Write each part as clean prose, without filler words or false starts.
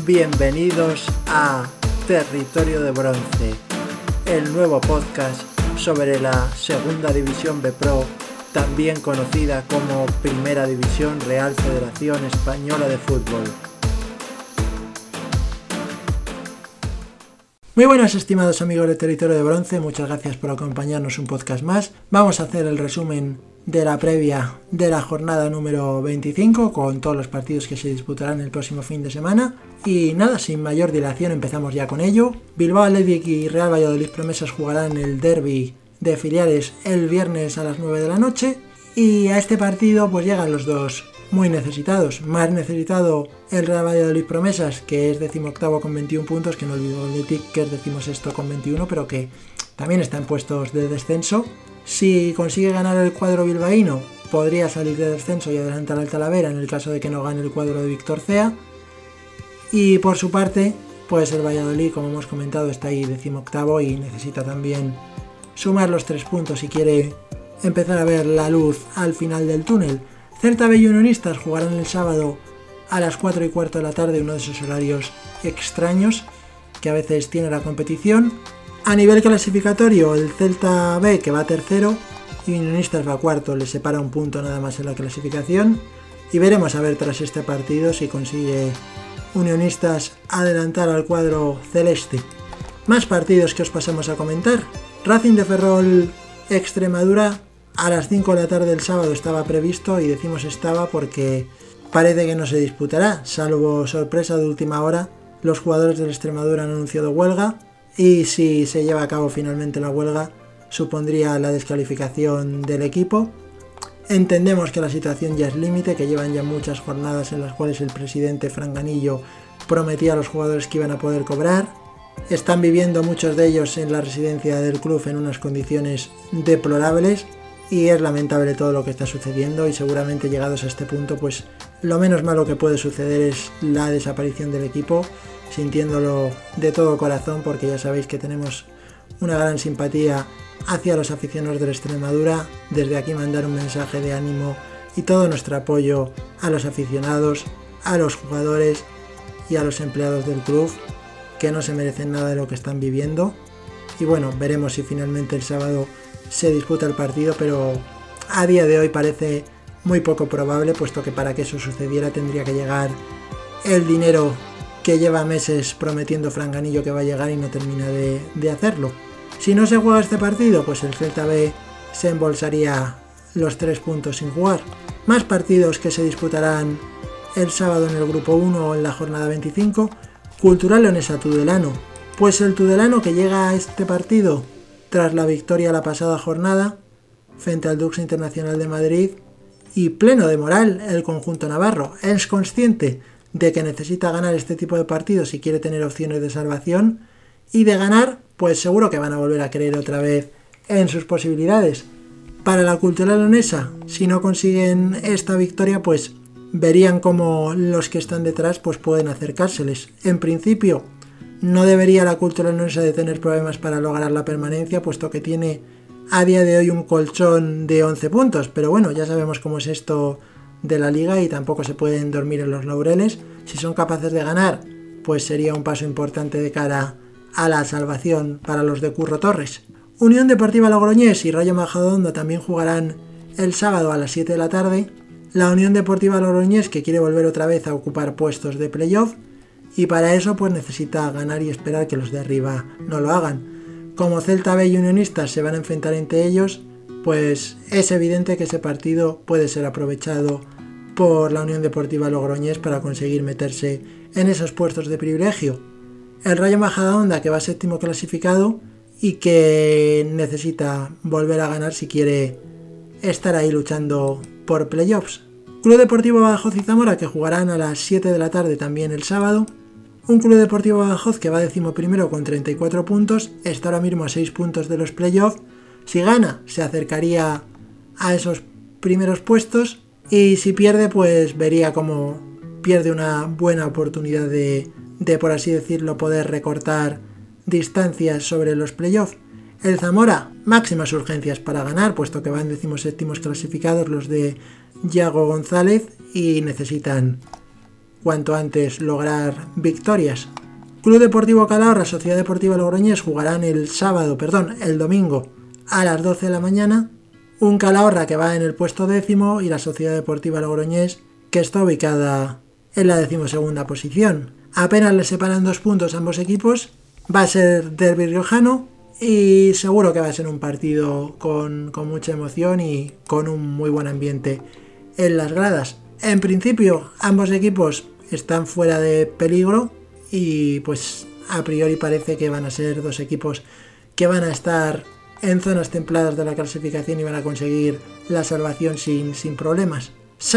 Bienvenidos a Territorio de Bronce, el nuevo podcast sobre la Segunda División B Pro, también conocida como Primera División Real Federación Española de Fútbol. Muy buenas, estimados amigos de Territorio de Bronce, muchas gracias por acompañarnos un podcast más. Vamos a hacer el resumen de la previa de la jornada número 25 con todos los partidos que se disputarán el próximo fin de semana. Y nada, sin mayor dilación empezamos ya con ello. Bilbao Athletic y Real Valladolid Promesas jugarán el derbi de filiales el viernes a las 9 de la noche. Y a este partido pues llegan los dos muy necesitados. Más necesitado el Real Valladolid Promesas, que es 18º con 21 puntos, que no olvido el Athletic, que es 16º con 21, pero que también está en puestos de descenso. Si consigue ganar el cuadro bilbaíno, podría salir de descenso y adelantar al Talavera en el caso de que no gane el cuadro de Víctor Cea. Y por su parte, pues el Valladolid, como hemos comentado, está ahí 18º y necesita también sumar los 3 puntos si quiere empezar a ver la luz al final del túnel. Celta B y Unionistas jugarán el sábado a las 4:15 de la tarde, uno de esos horarios extraños que a veces tiene la competición. A nivel clasificatorio, el Celta B, que va tercero, y Unionistas va cuarto, le separa un punto nada más en la clasificación. Y veremos a ver tras este partido si consigue Unionistas adelantar al cuadro celeste. Más partidos que os pasamos a comentar. Racing de Ferrol Extremadura a las 5 de la tarde del sábado estaba previsto, y decimos estaba porque parece que no se disputará, salvo sorpresa de última hora. Los jugadores del Extremadura han anunciado huelga, y si se lleva a cabo finalmente la huelga supondría la descalificación del equipo. Entendemos que la situación ya es límite, que llevan ya muchas jornadas en las cuales el presidente Franganillo prometía a los jugadores que iban a poder cobrar. Están viviendo muchos de ellos en la residencia del club en unas condiciones deplorables, y es lamentable todo lo que está sucediendo, y seguramente llegados a este punto pues lo menos malo que puede suceder es la desaparición del equipo, sintiéndolo de todo corazón, porque ya sabéis que tenemos una gran simpatía hacia los aficionados de la Extremadura. Desde aquí mandar un mensaje de ánimo y todo nuestro apoyo a los aficionados, a los jugadores y a los empleados del club, que no se merecen nada de lo que están viviendo. Y bueno, veremos si finalmente el sábado se disputa el partido, pero a día de hoy parece muy poco probable, puesto que para que eso sucediera tendría que llegar el dinero que lleva meses prometiendo Franganillo que va a llegar y no termina de hacerlo. Si no se juega este partido, pues el Celta B se embolsaría los 3 puntos sin jugar. Más partidos que se disputarán el sábado en el grupo 1 o en la jornada 25. Cultural Leonesa Tudelano. Pues el Tudelano, que llega a este partido tras la victoria la pasada jornada frente al Dux Internacional de Madrid, y pleno de moral el conjunto navarro, es consciente de que necesita ganar este tipo de partidos si quiere tener opciones de salvación, y de ganar pues seguro que van a volver a creer otra vez en sus posibilidades. Para la Cultural Leonesa, si no consiguen esta victoria, pues verían cómo los que están detrás pues pueden acercárseles. En principio no debería la Cultural Leonesa de tener problemas para lograr la permanencia, puesto que tiene a día de hoy un colchón de 11 puntos, pero bueno, ya sabemos cómo es esto de la liga y tampoco se pueden dormir en los laureles. Si son capaces de ganar, pues sería un paso importante de cara a la salvación para los de Curro Torres. Unión Deportiva Logroñés y Rayo Majadahonda también jugarán el sábado a las 7 de la tarde. La Unión Deportiva Logroñés, que quiere volver otra vez a ocupar puestos de playoff, y para eso pues necesita ganar y esperar que los de arriba no lo hagan. Como Celta B y Unionistas se van a enfrentar entre ellos, pues es evidente que ese partido puede ser aprovechado por la Unión Deportiva Logroñés para conseguir meterse en esos puestos de privilegio. El Rayo Majadahonda, que va séptimo clasificado y que necesita volver a ganar si quiere estar ahí luchando por playoffs. Club Deportivo Badajoz y Zamora, que jugarán a las 7 de la tarde también el sábado. Un Club Deportivo Badajoz que va 11º con 34 puntos, está ahora mismo a 6 puntos de los playoffs. Si gana, se acercaría a esos primeros puestos, y si pierde, pues vería como pierde una buena oportunidad de por así decirlo, poder recortar distancias sobre los playoffs. El Zamora, máximas urgencias para ganar, puesto que van 17º clasificados los de Yago González y necesitan cuanto antes lograr victorias. Club Deportivo Calahorra, Sociedad Deportiva Logroñés jugarán el domingo a las 12 de la mañana. Un Calahorra que va en el puesto 10º y la Sociedad Deportiva Logroñés que está ubicada en la 12ª posición. Apenas le separan 2 puntos a ambos equipos. Va a ser derbi riojano y seguro que va a ser un partido con mucha emoción y con un muy buen ambiente en las gradas. En principio ambos equipos están fuera de peligro y pues a priori parece que van a ser 2 equipos que van a estar en zonas templadas de la clasificación y van a conseguir la salvación sin problemas.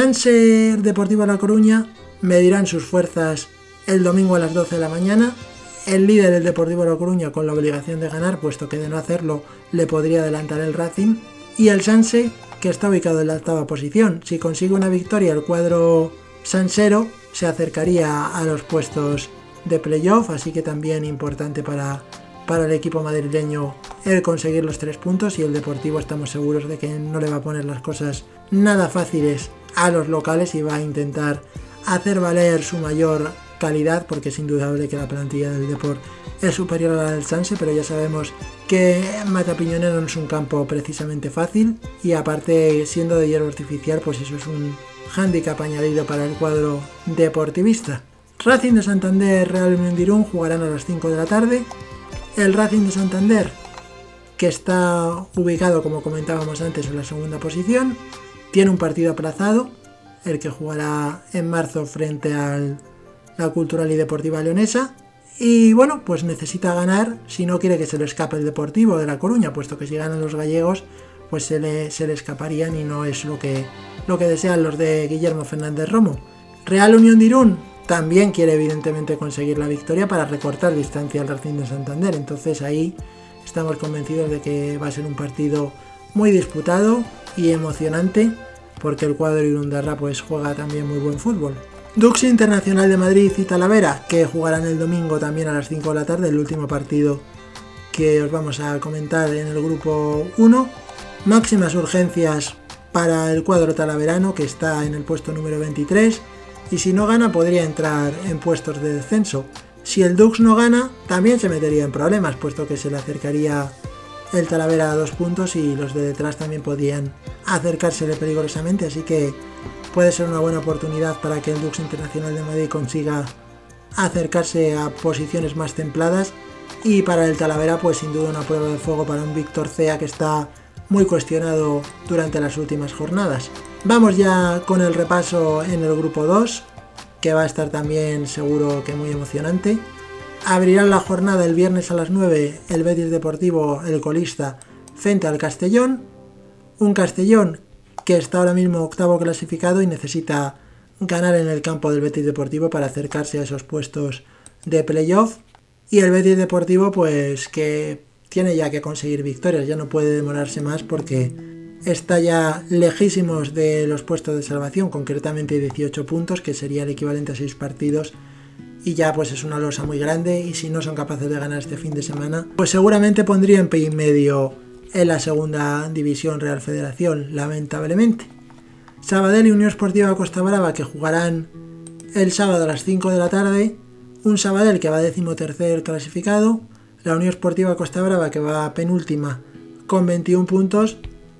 Sanse Deportivo La Coruña medirán sus fuerzas el domingo a las 12 de la mañana. El líder, el Deportivo La Coruña, con la obligación de ganar, puesto que de no hacerlo le podría adelantar el Racing. Y el Sanse, que está ubicado en la 8ª posición. Si consigue una victoria, el cuadro sansero se acercaría a los puestos de playoff, así que también importante para el equipo madrileño el conseguir los 3 puntos, y el Deportivo estamos seguros de que no le va a poner las cosas nada fáciles a los locales y va a intentar hacer valer su mayor calidad, porque es indudable que la plantilla del Depor es superior a la del Sanse, pero ya sabemos que Matapiñonero no es un campo precisamente fácil y aparte siendo de hierro artificial pues eso es un hándicap añadido para el cuadro deportivista. Racing de Santander, Real Unión de Irún jugarán a las 5 de la tarde. El Racing de Santander, que está ubicado como comentábamos antes en la 2ª posición, tiene un partido aplazado, el que jugará en marzo frente a la Cultural y Deportiva Leonesa, y bueno, pues necesita ganar si no quiere que se le escape el Deportivo de La Coruña, puesto que si ganan los gallegos pues se le escaparían y no es lo que desean los de Guillermo Fernández Romo. Real Unión de Irún también quiere evidentemente conseguir la victoria para recortar distancia al Racing de Santander, entonces ahí estamos convencidos de que va a ser un partido muy disputado y emocionante, porque el cuadro irundarra pues juega también muy buen fútbol. Dux Internacional de Madrid y Talavera, que jugarán el domingo también a las 5 de la tarde, el último partido que os vamos a comentar en el grupo 1. Máximas urgencias para el cuadro talaverano, que está en el puesto número 23, y si no gana podría entrar en puestos de descenso. Si el Dux no gana, también se metería en problemas, puesto que se le acercaría el Talavera a 2 puntos y los de detrás también podían acercársele peligrosamente, así que puede ser una buena oportunidad para que el Dux Internacional de Madrid consiga acercarse a posiciones más templadas, y para el Talavera pues sin duda una prueba de fuego para un Víctor Cea que está muy cuestionado durante las últimas jornadas. Vamos ya con el repaso en el grupo 2, que va a estar también seguro que muy emocionante. Abrirán la jornada el viernes a las 9 el Betis Deportivo, el colista, frente al Castellón. Un Castellón que está ahora mismo 8º clasificado y necesita ganar en el campo del Betis Deportivo para acercarse a esos puestos de playoff. Y el Betis Deportivo pues que tiene ya que conseguir victorias, ya no puede demorarse más porque está ya lejísimos de los puestos de salvación, concretamente 18 puntos, que sería el equivalente a 6 partidos, y ya pues es una losa muy grande, y si no son capaces de ganar este fin de semana, pues seguramente pondría en pie y medio en la 2ª división Real Federación, lamentablemente. Sabadell y Unión Esportiva Costa Brava, que jugarán el sábado a las 5 de la tarde, un Sabadell que va 13º clasificado, la Unión Esportiva Costa Brava que va penúltima con 21 puntos,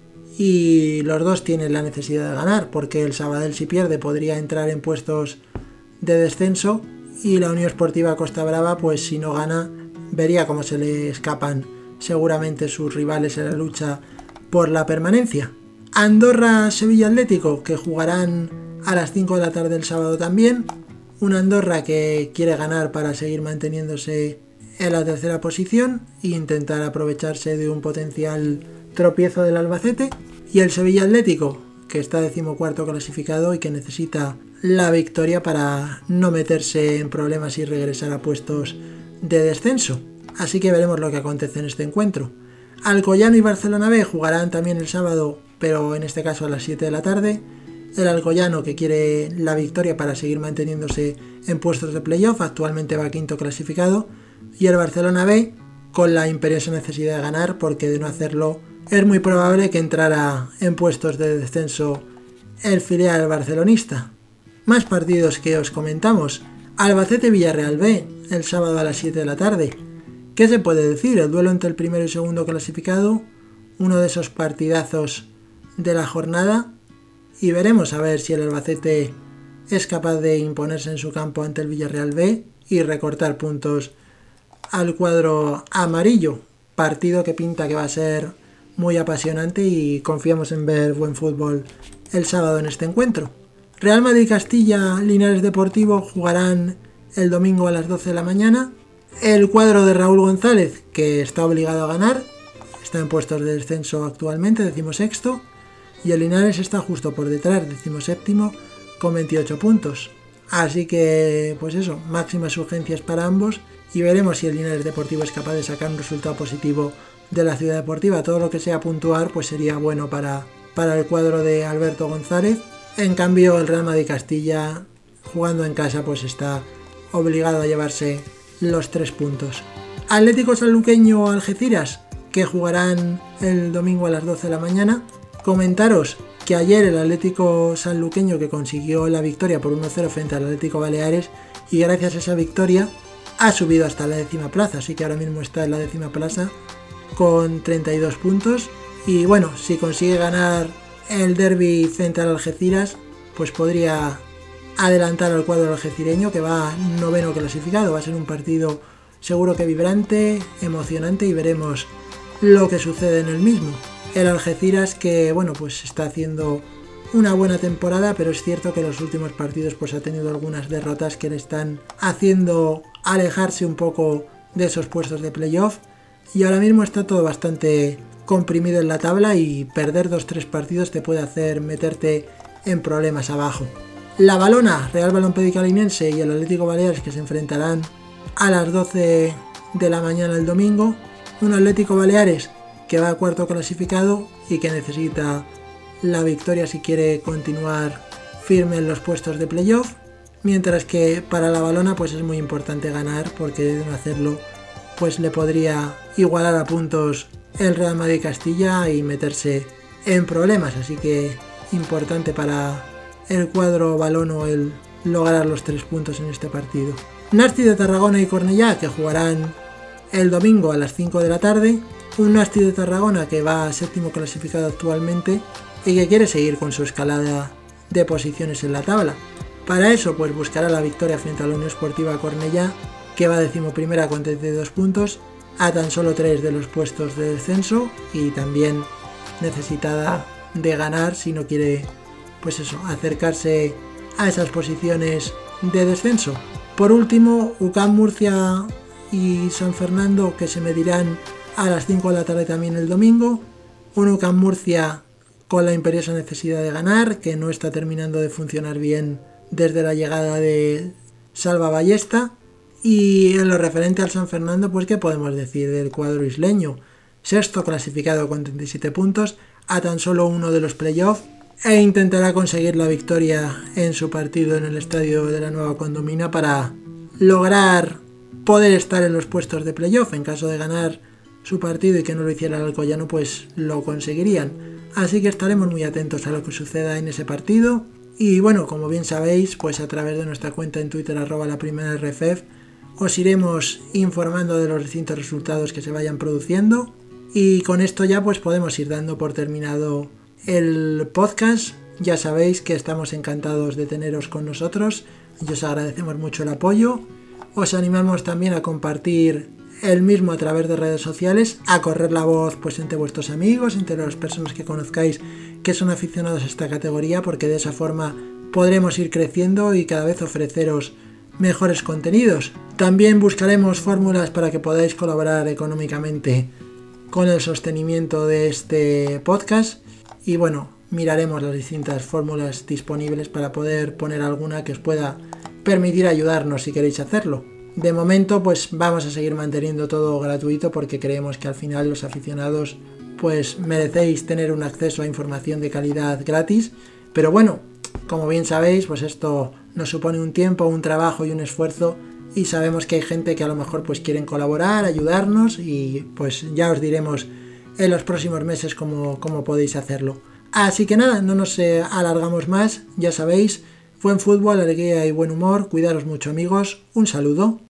y los dos tienen la necesidad de ganar, porque el Sabadell si pierde podría entrar en puestos de descenso, y la Unión Esportiva Costa Brava pues si no gana vería cómo se le escapan seguramente sus rivales en la lucha por la permanencia. Andorra Sevilla Atlético, que jugarán a las 5 de la tarde el sábado también, una Andorra que quiere ganar para seguir manteniéndose en la 3ª posición e intentar aprovecharse de un potencial tropiezo del Albacete, y el Sevilla Atlético, que está 14º clasificado y que necesita la victoria para no meterse en problemas y regresar a puestos de descenso. Así que veremos lo que acontece en este encuentro. Alcoyano y Barcelona B jugarán también el sábado, pero en este caso a las 7 de la tarde. El Alcoyano, que quiere la victoria para seguir manteniéndose en puestos de playoff, actualmente va 5º clasificado, y el Barcelona B con la imperiosa necesidad de ganar, porque de no hacerlo es muy probable que entrara en puestos de descenso el filial barcelonista. Más partidos que os comentamos. Albacete-Villarreal B, el sábado a las 7 de la tarde. ¿Qué se puede decir? El duelo entre el primero y segundo clasificado, uno de esos partidazos de la jornada, y veremos a ver si el Albacete es capaz de imponerse en su campo ante el Villarreal B y recortar puntos al cuadro amarillo. Partido que pinta que va a ser muy apasionante y confiamos en ver buen fútbol el sábado en este encuentro. Real Madrid-Castilla, Linares Deportivo jugarán el domingo a las 12 de la mañana. El cuadro de Raúl González, que está obligado a ganar, está en puestos de descenso actualmente, 16º, y el Linares está justo por detrás, 17º, con 28 puntos. Así que, pues eso, máximas urgencias para ambos y veremos si el Linares Deportivo es capaz de sacar un resultado positivo de la Ciudad Deportiva. Todo lo que sea puntuar pues sería bueno para el cuadro de Alberto González. En cambio, el Real Madrid Castilla, jugando en casa, pues está obligado a llevarse los 3 puntos. Atlético Sanluqueño Algeciras, que jugarán el domingo a las 12 de la mañana. Comentaros que ayer el Atlético Sanluqueño, que consiguió la victoria por 1-0 frente al Atlético Baleares, y gracias a esa victoria ha subido hasta la 10ª plaza, así que ahora mismo está en la 10ª plaza con 32 puntos. Y bueno, si consigue ganar el derbi frente al Algeciras, pues podría adelantar al cuadro algecireño, que va 9º clasificado. Va a ser un partido seguro que vibrante, emocionante, y veremos lo que sucede en el mismo. El Algeciras, que bueno, pues está haciendo una buena temporada, pero es cierto que en los últimos partidos pues ha tenido algunas derrotas que le están haciendo alejarse un poco de esos puestos de playoff, y ahora mismo está todo bastante comprimido en la tabla y perder 2-3 partidos te puede hacer meterte en problemas abajo. La Valona, Real Balompédica Linense y el Atlético Baleares, que se enfrentarán a las 12 de la mañana el domingo. Un Atlético Baleares que va a 4º clasificado y que necesita la victoria si quiere continuar firme en los puestos de playoff, mientras que para la Valona pues es muy importante ganar, porque de no hacerlo pues le podría igualar a puntos el Real Madrid Castilla y meterse en problemas, así que importante para el cuadro valono el lograr los 3 puntos en este partido. Nasti de Tarragona y Cornellá, que jugarán el domingo a las 5 de la tarde. Un Nasti de Tarragona que va 7º clasificado actualmente y que quiere seguir con su escalada de posiciones en la tabla. Para eso pues buscará la victoria frente a la Unión Esportiva Cornellá, que va 11ª con 32 puntos, a tan solo 3 de los puestos de descenso, y también necesitada de ganar si no quiere pues eso, acercarse a esas posiciones de descenso. Por último, UCAM Murcia y San Fernando, que se medirán a las 5 de la tarde también el domingo. Un UCAM Murcia con la imperiosa necesidad de ganar, que no está terminando de funcionar bien desde la llegada de Salva Ballesta. Y en lo referente al San Fernando, pues qué podemos decir del cuadro isleño. 6º clasificado con 37 puntos, a tan solo 1 de los playoffs, e intentará conseguir la victoria en su partido en el estadio de la Nueva Condomina para lograr poder estar en los puestos de playoff. En caso de ganar su partido y que no lo hiciera el Alcoyano, pues lo conseguirían. Así que estaremos muy atentos a lo que suceda en ese partido. Y bueno, como bien sabéis, pues a través de nuestra cuenta en Twitter @laprimerarff os iremos informando de los distintos resultados que se vayan produciendo. Y con esto ya pues podemos ir dando por terminado el podcast. Ya sabéis que estamos encantados de teneros con nosotros y os agradecemos mucho el apoyo. Os animamos también a compartir el mismo a través de redes sociales, a correr la voz pues entre vuestros amigos, entre las personas que conozcáis que son aficionados a esta categoría, porque de esa forma podremos ir creciendo y cada vez ofreceros mejores contenidos. También buscaremos fórmulas para que podáis colaborar económicamente con el sostenimiento de este podcast, y bueno, miraremos las distintas fórmulas disponibles para poder poner alguna que os pueda permitir ayudarnos si queréis hacerlo. De momento pues vamos a seguir manteniendo todo gratuito, porque creemos que al final los aficionados pues merecéis tener un acceso a información de calidad gratis, pero bueno, como bien sabéis, pues esto nos supone un tiempo, un trabajo y un esfuerzo, y sabemos que hay gente que a lo mejor pues quieren colaborar, ayudarnos, y pues ya os diremos en los próximos meses cómo podéis hacerlo. Así que nada, no nos alargamos más, ya sabéis, Buen fútbol, alegría y buen humor. Cuidaros mucho, amigos. Un saludo.